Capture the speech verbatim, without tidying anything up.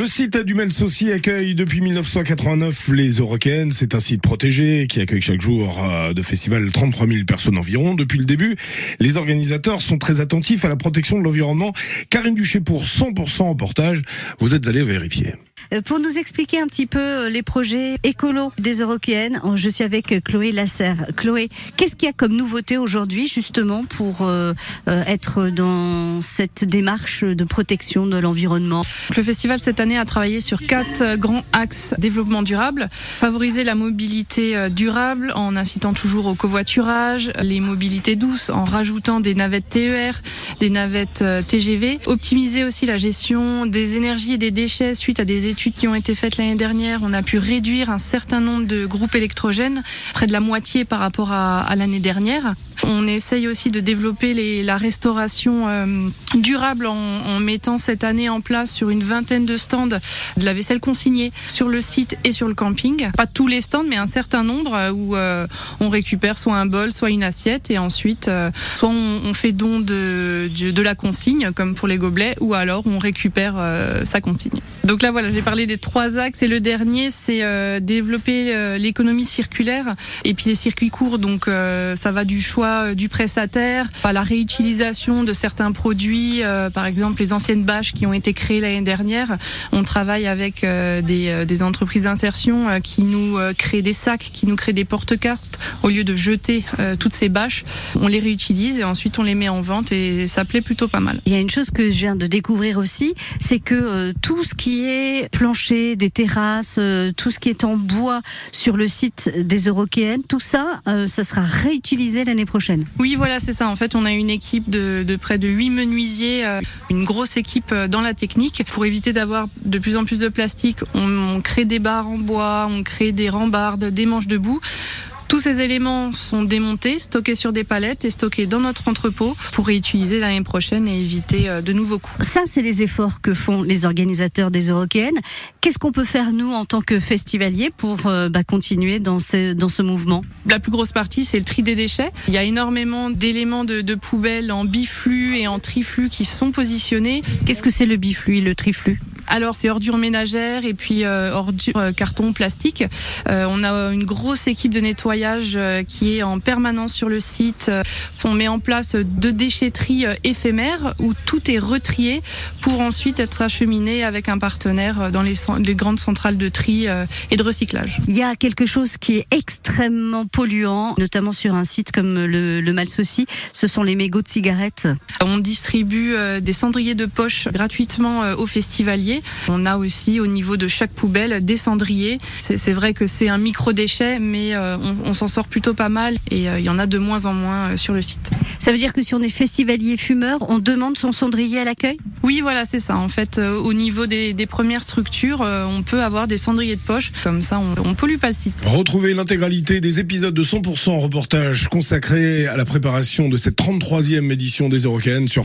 Le site du Melsaucy accueille depuis mille neuf cent quatre-vingt-neuf les Eurokéennes. C'est un site protégé qui accueille chaque jour de festival trente-trois mille personnes environ. Depuis le début, les organisateurs sont très attentifs à la protection de l'environnement. Karine Duché pour cent pour cent reportage. Vous êtes allé vérifier. Pour nous expliquer un petit peu les projets écolos des Eurokéennes, je suis avec Chloé Lasserre. Chloé, qu'est-ce qu'il y a comme nouveauté aujourd'hui justement pour euh, être dans cette démarche de protection de l'environnement? Le festival cette année a travaillé sur quatre grands axes développement durable. Favoriser la mobilité durable en incitant toujours au covoiturage, les mobilités douces en rajoutant des navettes T E R, des navettes T G V. Optimiser aussi la gestion des énergies et des déchets suite à des études qui ont été faites l'année dernière. On a pu réduire un certain nombre de groupes électrogènes, près de la moitié par rapport à, à l'année dernière. On essaye aussi de développer les, la restauration euh, durable en, en mettant cette année en place sur une vingtaine de stands de la vaisselle consignée sur le site et sur le camping. Pas tous les stands, mais un certain nombre où euh, on récupère soit un bol, soit une assiette et ensuite euh, soit on, on fait don de, de, de la consigne comme pour les gobelets ou alors on récupère euh, sa consigne. Donc là voilà, j'ai parlé des trois axes et le dernier c'est euh, développer euh, l'économie circulaire et puis les circuits courts. Donc euh, ça va du choix du prestataire, à la réutilisation de certains produits, euh, par exemple les anciennes bâches qui ont été créées l'année dernière. On travaille avec euh, des, euh, des entreprises d'insertion euh, qui nous euh, créent des sacs, qui nous créent des porte-cartes. Au lieu de jeter euh, toutes ces bâches, on les réutilise et ensuite on les met en vente et ça plaît plutôt pas mal. Il y a une chose que je viens de découvrir aussi, c'est que euh, tout ce qui est plancher, des terrasses, euh, tout ce qui est en bois sur le site des Eurokéennes, tout ça, euh, ça sera réutilisé l'année prochaine. Oui, voilà, c'est ça. En fait, on a une équipe de, de près de huit menuisiers, euh, une grosse équipe dans la technique. Pour éviter d'avoir de plus en plus de plastique, on, on crée des barres en bois, on crée des rambardes, des manches debout. Tous ces éléments sont démontés, stockés sur des palettes et stockés dans notre entrepôt pour réutiliser l'année prochaine et éviter de nouveaux coûts. Ça, c'est les efforts que font les organisateurs des Eurokéennes. Qu'est-ce qu'on peut faire, nous, en tant que festivaliers, pour euh, bah, continuer dans ce, dans ce mouvement? La plus grosse partie, c'est le tri des déchets. Il y a énormément d'éléments de, de poubelles en biflux et en triflux qui sont positionnés. Qu'est-ce que c'est le biflux et le triflux? Alors c'est ordures ménagères et puis euh, ordures euh, carton, plastique. Euh, on a une grosse équipe de nettoyage euh, qui est en permanence sur le site. On met en place deux déchetteries euh, éphémères où tout est retrié pour ensuite être acheminé avec un partenaire dans les, les grandes centrales de tri euh, et de recyclage. Il y a quelque chose qui est extrêmement polluant, notamment sur un site comme le, le Melsaucy, ce sont les mégots de cigarettes. On distribue euh, des cendriers de poche gratuitement euh, aux festivaliers. On a aussi au niveau de chaque poubelle des cendriers. C'est, c'est vrai que c'est un micro-déchet, mais euh, on, on s'en sort plutôt pas mal et euh, il y en a de moins en moins euh, sur le site. Ça veut dire que si on est festivalier fumeur, on demande son cendrier à l'accueil? Oui, voilà, c'est ça. En fait, euh, au niveau des, des premières structures, euh, on peut avoir des cendriers de poche. Comme ça, on, on pollue pas le site. Retrouvez l'intégralité des épisodes de cent pour cent reportage consacrés à la préparation de cette trente-troisième édition des Eurokéennes sur